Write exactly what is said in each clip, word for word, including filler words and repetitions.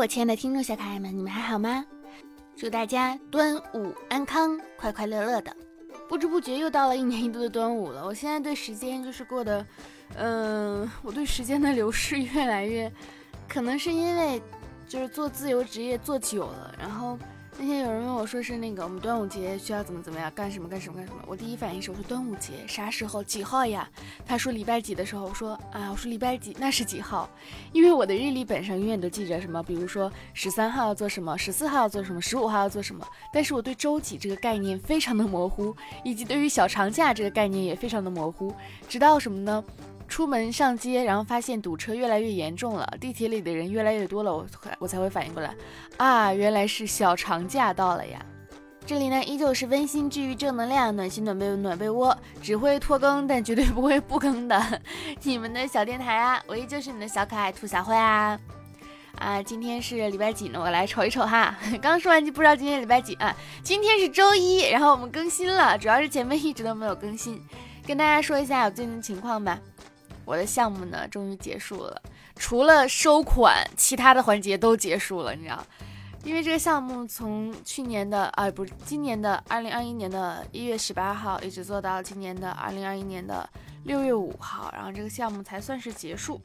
我亲爱的听众小可爱们，你们还好吗？祝大家端午安康，快快乐乐的。不知不觉又到了一年一度的端午了，我现在对时间就是过得，嗯、呃，我对时间的流逝越来越，可能是因为就是做自由职业做久了，然后那天有人问我说是那个我们端午节需要怎么怎么样干什么干什么干什么，我第一反应是我说端午节啥时候几号呀？他说礼拜几的时候，我说啊我说礼拜几那是几号？因为我的日历本上永远都记着什么，比如说十三号要做什么，十四号要做什么，十五号要做什么，但是我对周几这个概念非常的模糊，以及对于小长假这个概念也非常的模糊，直到什么呢？出门上街，然后发现堵车越来越严重了，地铁里的人越来越多了，我我才会反应过来啊，原来是小长假到了呀。这里呢依旧是温馨治愈正能量，暖心暖被暖被窝，只会拖更但绝对不会不更的你们的小电台啊，我依旧是你的小可爱兔小慧啊。啊，今天是礼拜几呢？我来瞅一瞅哈。刚说完就不知道今天礼拜几啊。今天是周一，然后我们更新了，主要是前面一直都没有更新。跟大家说一下我最近的情况吧。我的项目呢终于结束了，除了收款其他的环节都结束了，你知道，因为这个项目从去年的啊不是今年的二零二一年的一月十八号一直做到今年的二零二一年的六月五号，然后这个项目才算是结束。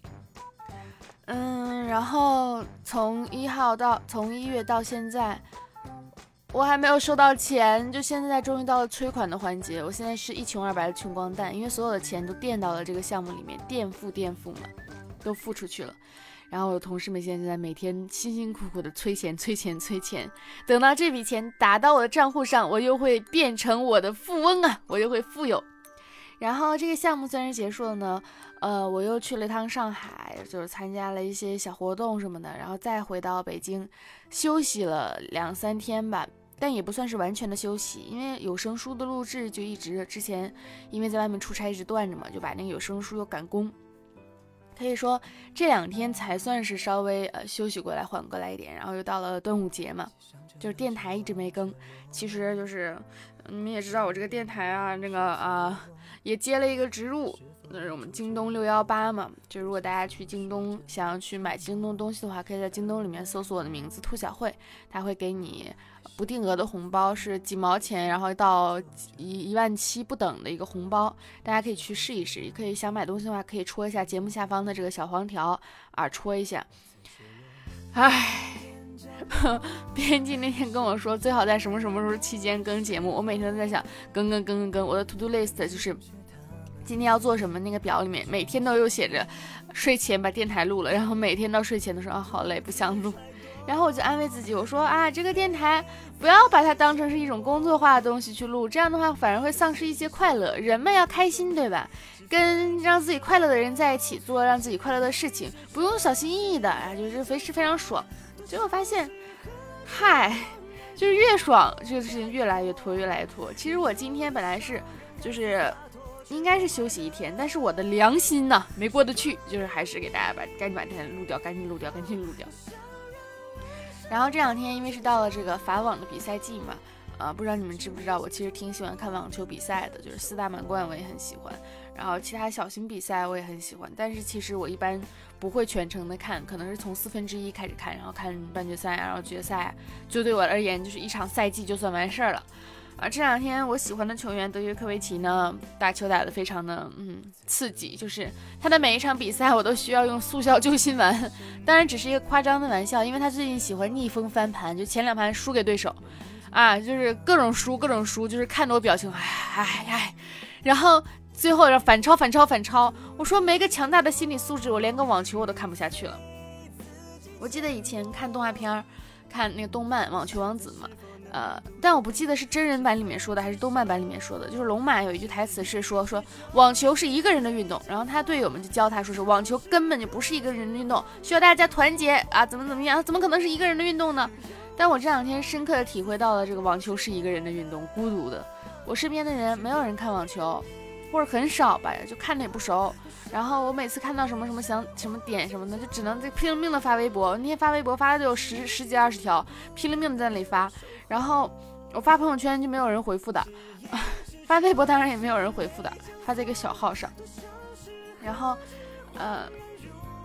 嗯，然后从一号到从一月到现在我还没有收到钱，就现在终于到了催款的环节。我现在是一穷二白的穷光蛋，因为所有的钱都垫到了这个项目里面，垫付垫付嘛，都付出去了。然后我的同事们现在每天辛辛苦苦的催钱催钱催钱，等到这笔钱打到我的账户上，我又会变成我的富翁啊，我又会富有。然后这个项目虽然结束了呢，呃，我又去了一趟上海，就是参加了一些小活动什么的，然后再回到北京休息了两三天吧。但也不算是完全的休息，因为有声书的录制就一直之前因为在外面出差一直断着嘛，就把那个有声书又赶工，可以说这两天才算是稍微呃休息过来缓过来一点。然后又到了端午节嘛，就是电台一直没更，其实就是你们也知道我这个电台啊，这个啊也接了一个植入，那是我们京东六一八嘛，就如果大家去京东想要去买京东东西的话，可以在京东里面搜索我的名字兔小慧，他会给你不定额的红包，是几毛钱然后到一一万七不等的一个红包，大家可以去试一试，也可以想买东西的话可以戳一下节目下方的这个小黄条啊，戳一下。唉，编辑那天跟我说最好在什么什么时候期间更节目，我每天都在想更更更更更，我的 to do list 就是今天要做什么，那个表里面每天都有写着睡前把电台录了，然后每天到睡前的时候啊好累不想录，然后我就安慰自己，我说啊这个电台不要把它当成是一种工作化的东西去录，这样的话反而会丧失一些快乐，人们要开心对吧，跟让自己快乐的人在一起做让自己快乐的事情，不用小心翼翼的啊，就是非是非常爽。结果发现嗨就是越爽这个事情越来越拖越来越拖。其实我今天本来是就是应该是休息一天，但是我的良心呢没过得去，就是还是给大家把赶紧把这天录掉赶紧录掉赶紧录掉。然后这两天因为是到了这个法网的比赛季嘛，呃，不知道你们知不知道，我其实挺喜欢看网球比赛的，就是四大满贯我也很喜欢，然后其他小型比赛我也很喜欢，但是其实我一般不会全程的看，可能是从四分之一开始看，然后看半决赛，然后决赛，就对我而言就是一场赛季就算完事儿了。啊，这两天我喜欢的球员德约科维奇呢，打球打得非常的嗯刺激，就是他的每一场比赛我都需要用速效救心丸，当然只是一个夸张的玩笑，因为他最近喜欢逆风翻盘，就前两盘输给对手，啊，就是各种输各种输，就是看得我表情唉唉唉，然后最后让反超反超反超，我说没个强大的心理素质，我连个网球我都看不下去了。我记得以前看动画片，看那个动漫《网球王子》嘛。呃，但我不记得是真人版里面说的还是动漫版里面说的，就是龙马有一句台词是说说网球是一个人的运动，然后他队友们就教他说是网球根本就不是一个人的运动，需要大家团结啊，怎么怎么样，怎么可能是一个人的运动呢？但我这两天深刻的体会到了这个网球是一个人的运动，孤独的，我身边的人没有人看网球，或者很少吧，就看的也不熟，然后我每次看到什么什么想什么点什么的，就只能拼了命的发微博，那天发微博发了就有十十几二十条，拼了命的在那里发，然后我发朋友圈就没有人回复的，发微博当然也没有人回复的，发在一个小号上，然后呃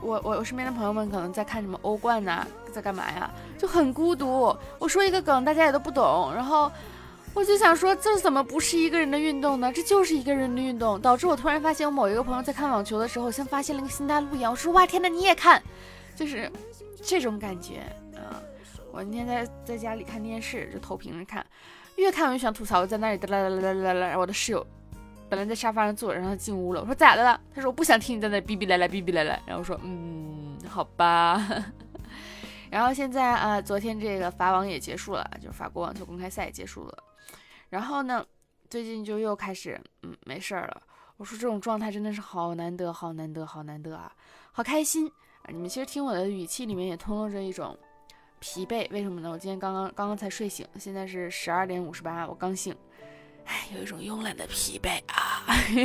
我我我身边的朋友们可能在看什么欧冠呐、啊，在干嘛呀，就很孤独。我说一个梗，大家也都不懂，然后我就想说，这怎么不是一个人的运动呢？这就是一个人的运动，导致我突然发现，我某一个朋友在看网球的时候，像发现了一个新大陆一样。我说哇，天哪，你也看，就是这种感觉啊！我那天在在家里看电视，就投屏着看，越看我就想吐槽，在那里哒啦啦啦啦啦，我的室友本来在沙发上坐，然后他进屋了，我说咋的了？他说我不想听你在那哔哔来来哔哔来来，然后我说嗯，好吧。然后现在啊、呃，昨天这个法网也结束了，就是法国网球公开赛也结束了。然后呢，最近就又开始嗯没事儿了。我说这种状态真的是好难得，好难得，好难得啊，好开心啊！你们其实听我的语气里面也透露着一种疲惫，为什么呢？我今天刚刚刚刚才睡醒，现在是十二点五十八，我刚醒，哎，有一种慵懒的疲惫啊。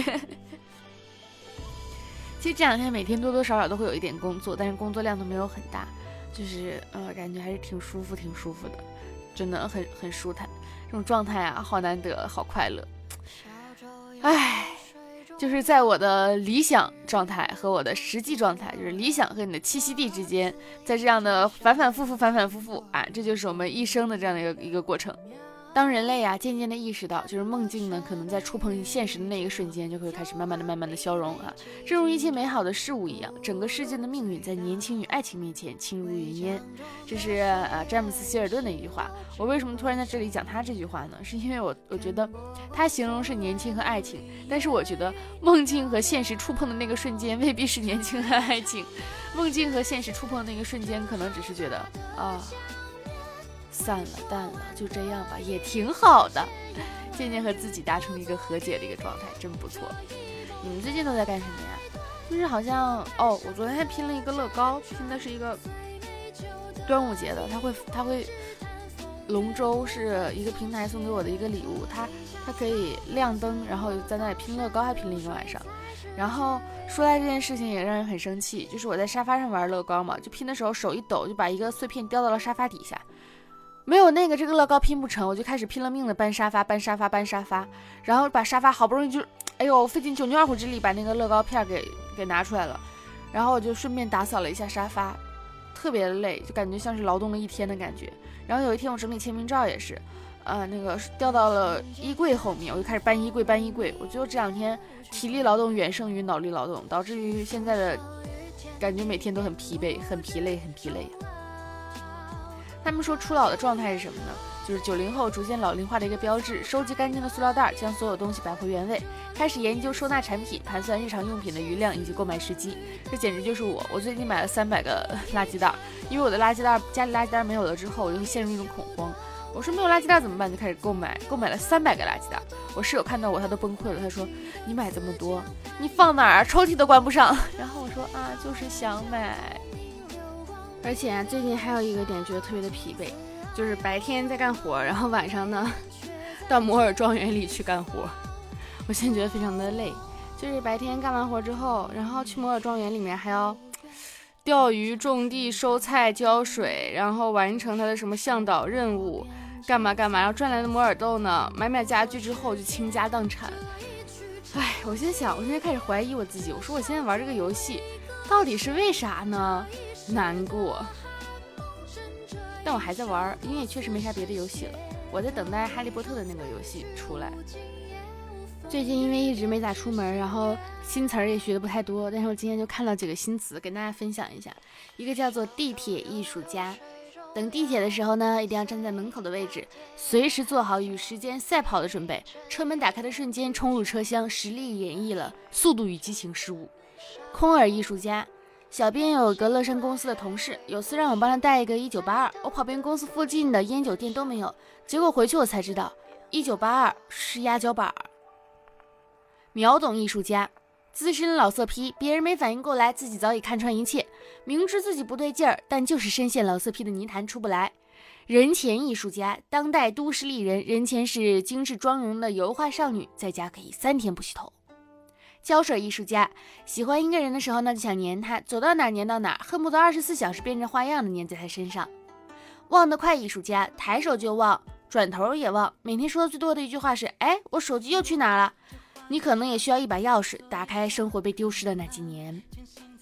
其实这两天每天多多少少都会有一点工作，但是工作量都没有很大，就是呃感觉还是挺舒服，挺舒服的，真的很很舒坦。这种状态啊，好难得，好快乐。唉，就是在我的理想状态和我的实际状态，就是理想和你的栖息地之间，在这样的反反复复、反反复复啊，这就是我们一生的这样的一个一个过程。当人类啊渐渐的意识到，就是梦境呢，可能在触碰现实的那一个瞬间，就会开始慢慢的、慢慢的消融啊。正如一切美好的事物一样，整个世界的命运在年轻与爱情面前轻如云烟。这是呃詹姆斯希尔顿的一句话。我为什么突然在这里讲他这句话呢？是因为我我觉得他形容是年轻和爱情，但是我觉得梦境和现实触碰的那个瞬间未必是年轻和爱情，梦境和现实触碰的那个瞬间，可能只是觉得啊。散了淡了，就这样吧，也挺好的。渐渐和自己达成了一个和解的一个状态，真不错。你们最近都在干什么呀？就是好像哦，我昨天还拼了一个乐高，拼的是一个端午节的，他会他会龙舟是一个平台送给我的一个礼物，它它可以亮灯，然后在那里拼乐高，还拼了一个晚上。然后说来这件事情也让人很生气，就是我在沙发上玩乐高嘛，就拼的时候手一抖，就把一个碎片掉到了沙发底下。没有那个这个乐高拼不成，我就开始拼了命的搬沙发搬沙发搬沙发，然后把沙发好不容易就哎呦费尽九牛二虎之力把那个乐高片给给拿出来了，然后我就顺便打扫了一下沙发，特别累，就感觉像是劳动了一天的感觉。然后有一天我整理签名照也是呃那个掉到了衣柜后面，我就开始搬衣柜搬衣柜。我觉得这两天体力劳动远胜于脑力劳动，导致于现在的感觉每天都很疲惫很疲累很疲累。他们说初老的状态是什么呢？就是九零后逐渐老龄化的一个标志，收集干净的塑料袋，将所有东西摆回原位，开始研究收纳产品，盘算日常用品的余量以及购买时机。这简直就是我，我最近买了三百个垃圾袋，因为我的垃圾袋家里垃圾袋没有了之后，我就会陷入一种恐慌。我说没有垃圾袋怎么办？就开始购买，购买了三百个垃圾袋。我室友看到我，他都崩溃了，他说你买这么多，你放哪儿？抽屉都关不上。然后我说啊，就是想买。而且啊，最近还有一个点觉得特别的疲惫，就是白天在干活，然后晚上呢到摩尔庄园里去干活。我现在觉得非常的累，就是白天干完活之后，然后去摩尔庄园里面还要钓鱼、种地、收菜、浇水，然后完成他的什么向导任务，干嘛干嘛，然后赚来的摩尔豆呢买买家具之后就倾家荡产。哎，我现在想，我现在开始怀疑我自己，我说我现在玩这个游戏到底是为啥呢？难过，但我还在玩，因为也确实没啥别的游戏了。我在等待哈利波特的那个游戏出来。最近因为一直没咋出门，然后新词儿也学的不太多，但是我今天就看到几个新词跟大家分享一下。一个叫做地铁艺术家，等地铁的时候呢，一定要站在门口的位置，随时做好与时间赛跑的准备，车门打开的瞬间冲入车厢，实力演绎了速度与激情事物。空耳艺术家，小编有个乐山公司的同事，有次让我帮他带一个一九八二，我跑遍公司附近的烟酒店都没有，结果回去我才知道一九八二是压脚板。秒懂艺术家，资深老色批，别人没反应过来，自己早已看穿一切，明知自己不对劲儿，但就是深陷老色批的泥潭出不来。人前艺术家，当代都市丽人，人前是精致妆容的油画少女，在家可以三天不洗头。胶水艺术家，喜欢一个人的时候呢，就想黏他，走到哪儿黏到哪儿，恨不得二十四小时变着花样的黏在他身上。忘得快艺术家，抬手就忘，转头也忘，每天说的最多的一句话是，哎，我手机又去哪了？你可能也需要一把钥匙，打开生活被丢失的那几年。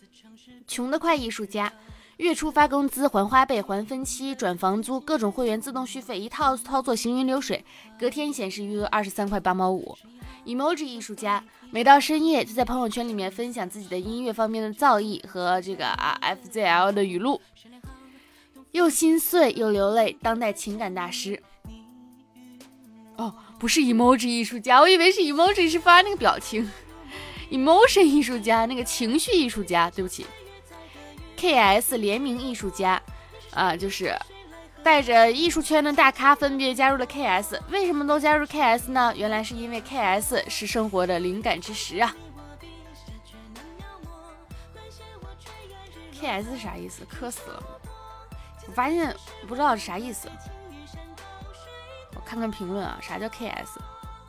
穷得快艺术家，月初发工资，还花呗，还分期，转房租，各种会员自动续费，一套操作行云流水，隔天显示余额二十三块八毛五。emoji 艺术家，每到深夜就在朋友圈里面分享自己的音乐方面的造诣和这个啊 F Z L 的语录，又心碎又流泪，当代情感大师。哦，不是 emoji 艺术家，我以为是 emoji 是发那个表情。emotion 艺术家，那个情绪艺术家，对不起。K S 联名艺术家，啊，就是带着艺术圈的大咖分别加入了 K S。为什么都加入 K S 呢？原来是因为 K S 是生活的灵感之石啊。K S 是啥意思？磕死了。我发现不知道是啥意思。我看看评论啊，啥叫 K S？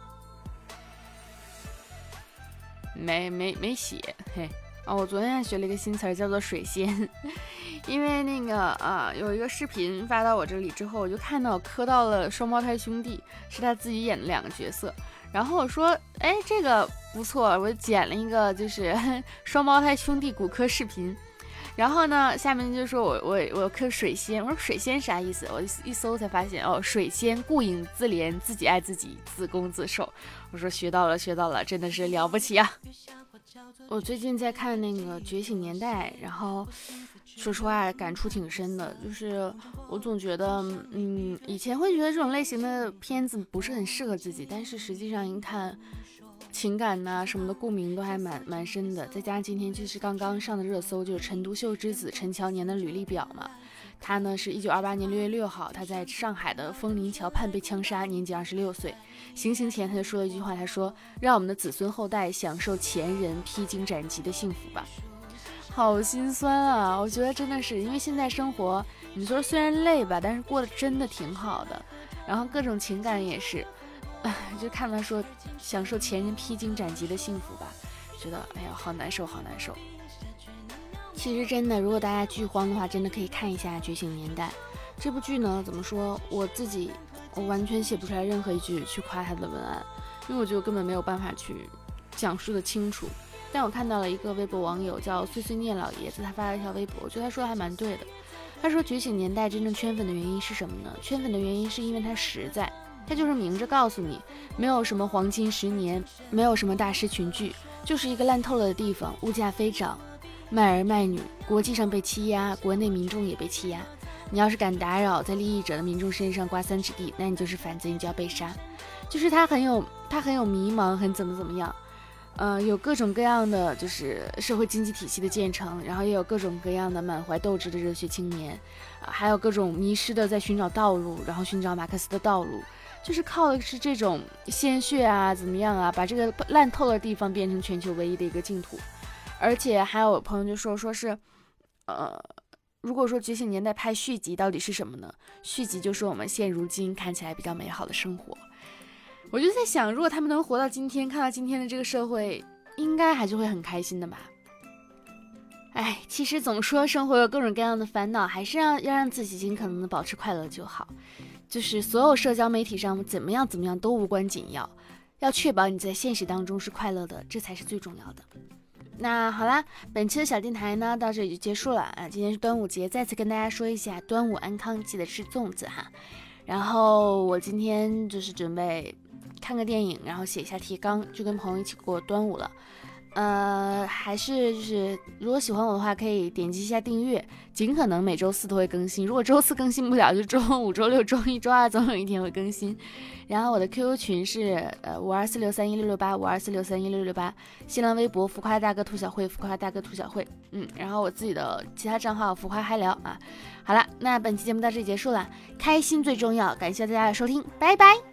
没没没写，嘿。哦，我昨天还学了一个新词儿，叫做水仙。因为那个啊，有一个视频发到我这里之后，我就看到磕到了双胞胎兄弟，是他自己演的两个角色。然后我说，哎，这个不错，我剪了一个就是双胞胎兄弟骨科视频。然后呢，下面就说我我我磕水仙，我说水仙啥意思？我一搜才发现，哦，水仙顾影自怜，自己爱自己，自攻自受。我说学到了，学到了，真的是了不起啊！我最近在看那个《觉醒年代》，然后说实话感触挺深的，就是我总觉得，嗯，以前会觉得这种类型的片子不是很适合自己，但是实际上一看，情感呐、啊、什么的共鸣都还蛮蛮深的。再加上今天就是刚刚上的热搜，就是陈独秀之子陈乔年的履历表嘛。他呢是一九二八年六月六号，他在上海的枫林桥畔被枪杀，年仅二十六岁。行刑前他就说了一句话，他说：“让我们的子孙后代享受前人披荆斩棘的幸福吧。”好心酸啊！我觉得真的是，因为现在生活，你说虽然累吧，但是过得真的挺好的。然后各种情感也是，唉，就看他说享受前人披荆斩棘的幸福吧，觉得哎呀好难受，好难受。其实真的，如果大家剧荒的话，真的可以看一下《觉醒年代》这部剧呢。怎么说，我自己我完全写不出来任何一句去夸他的文案，因为我觉得根本没有办法去讲述的清楚。但我看到了一个微博网友叫碎碎念老爷子，他发了一条微博，我觉得他说的还蛮对的。他说《觉醒年代》真正圈粉的原因是什么呢？圈粉的原因是因为它实在，它就是明着告诉你，没有什么黄金十年，没有什么大师群聚，就是一个烂透了的地方，物价飞涨，卖儿卖女，国际上被欺压，国内民众也被欺压。你要是敢打扰在利益者的民众身上刮三尺地，那你就是反贼，你就要被杀。就是他很有他很有迷茫，很怎么怎么样，呃，有各种各样的就是社会经济体系的建成，然后也有各种各样的满怀斗志的热血青年，啊、还有各种迷失的在寻找道路，然后寻找马克思的道路，就是靠的是这种鲜血啊，怎么样啊，把这个烂透的地方变成全球唯一的一个净土。而且还有朋友就说说是，呃，如果说觉醒年代拍续集到底是什么呢？续集就是我们现如今看起来比较美好的生活。我就在想，如果他们能活到今天，看到今天的这个社会，应该还是会很开心的吧。哎，其实总说生活有各种各样的烦恼，还是要要让自己尽可能的保持快乐就好。就是所有社交媒体上怎么样怎么样都无关紧要，要确保你在现实当中是快乐的，这才是最重要的。那好啦，本期的小电台呢到这里就结束了啊！今天是端午节，再次跟大家说一下端午安康，记得吃粽子哈。然后我今天就是准备看个电影，然后写一下提纲，就跟朋友一起过端午了。呃，还是就是如果喜欢我的话，可以点击一下订阅，尽可能每周四都会更新。如果周四更新不了，就周五、周六、周一、周二总有一天会更新。然后我的 Q Q 群是呃五二四六三一六六八五二四六三一六六八，新浪微博浮夸大哥兔小慧，浮夸大哥兔小慧，嗯，然后我自己的其他账号浮夸嗨聊啊。好了，那本期节目到这里结束了，开心最重要，感谢大家的收听，拜拜。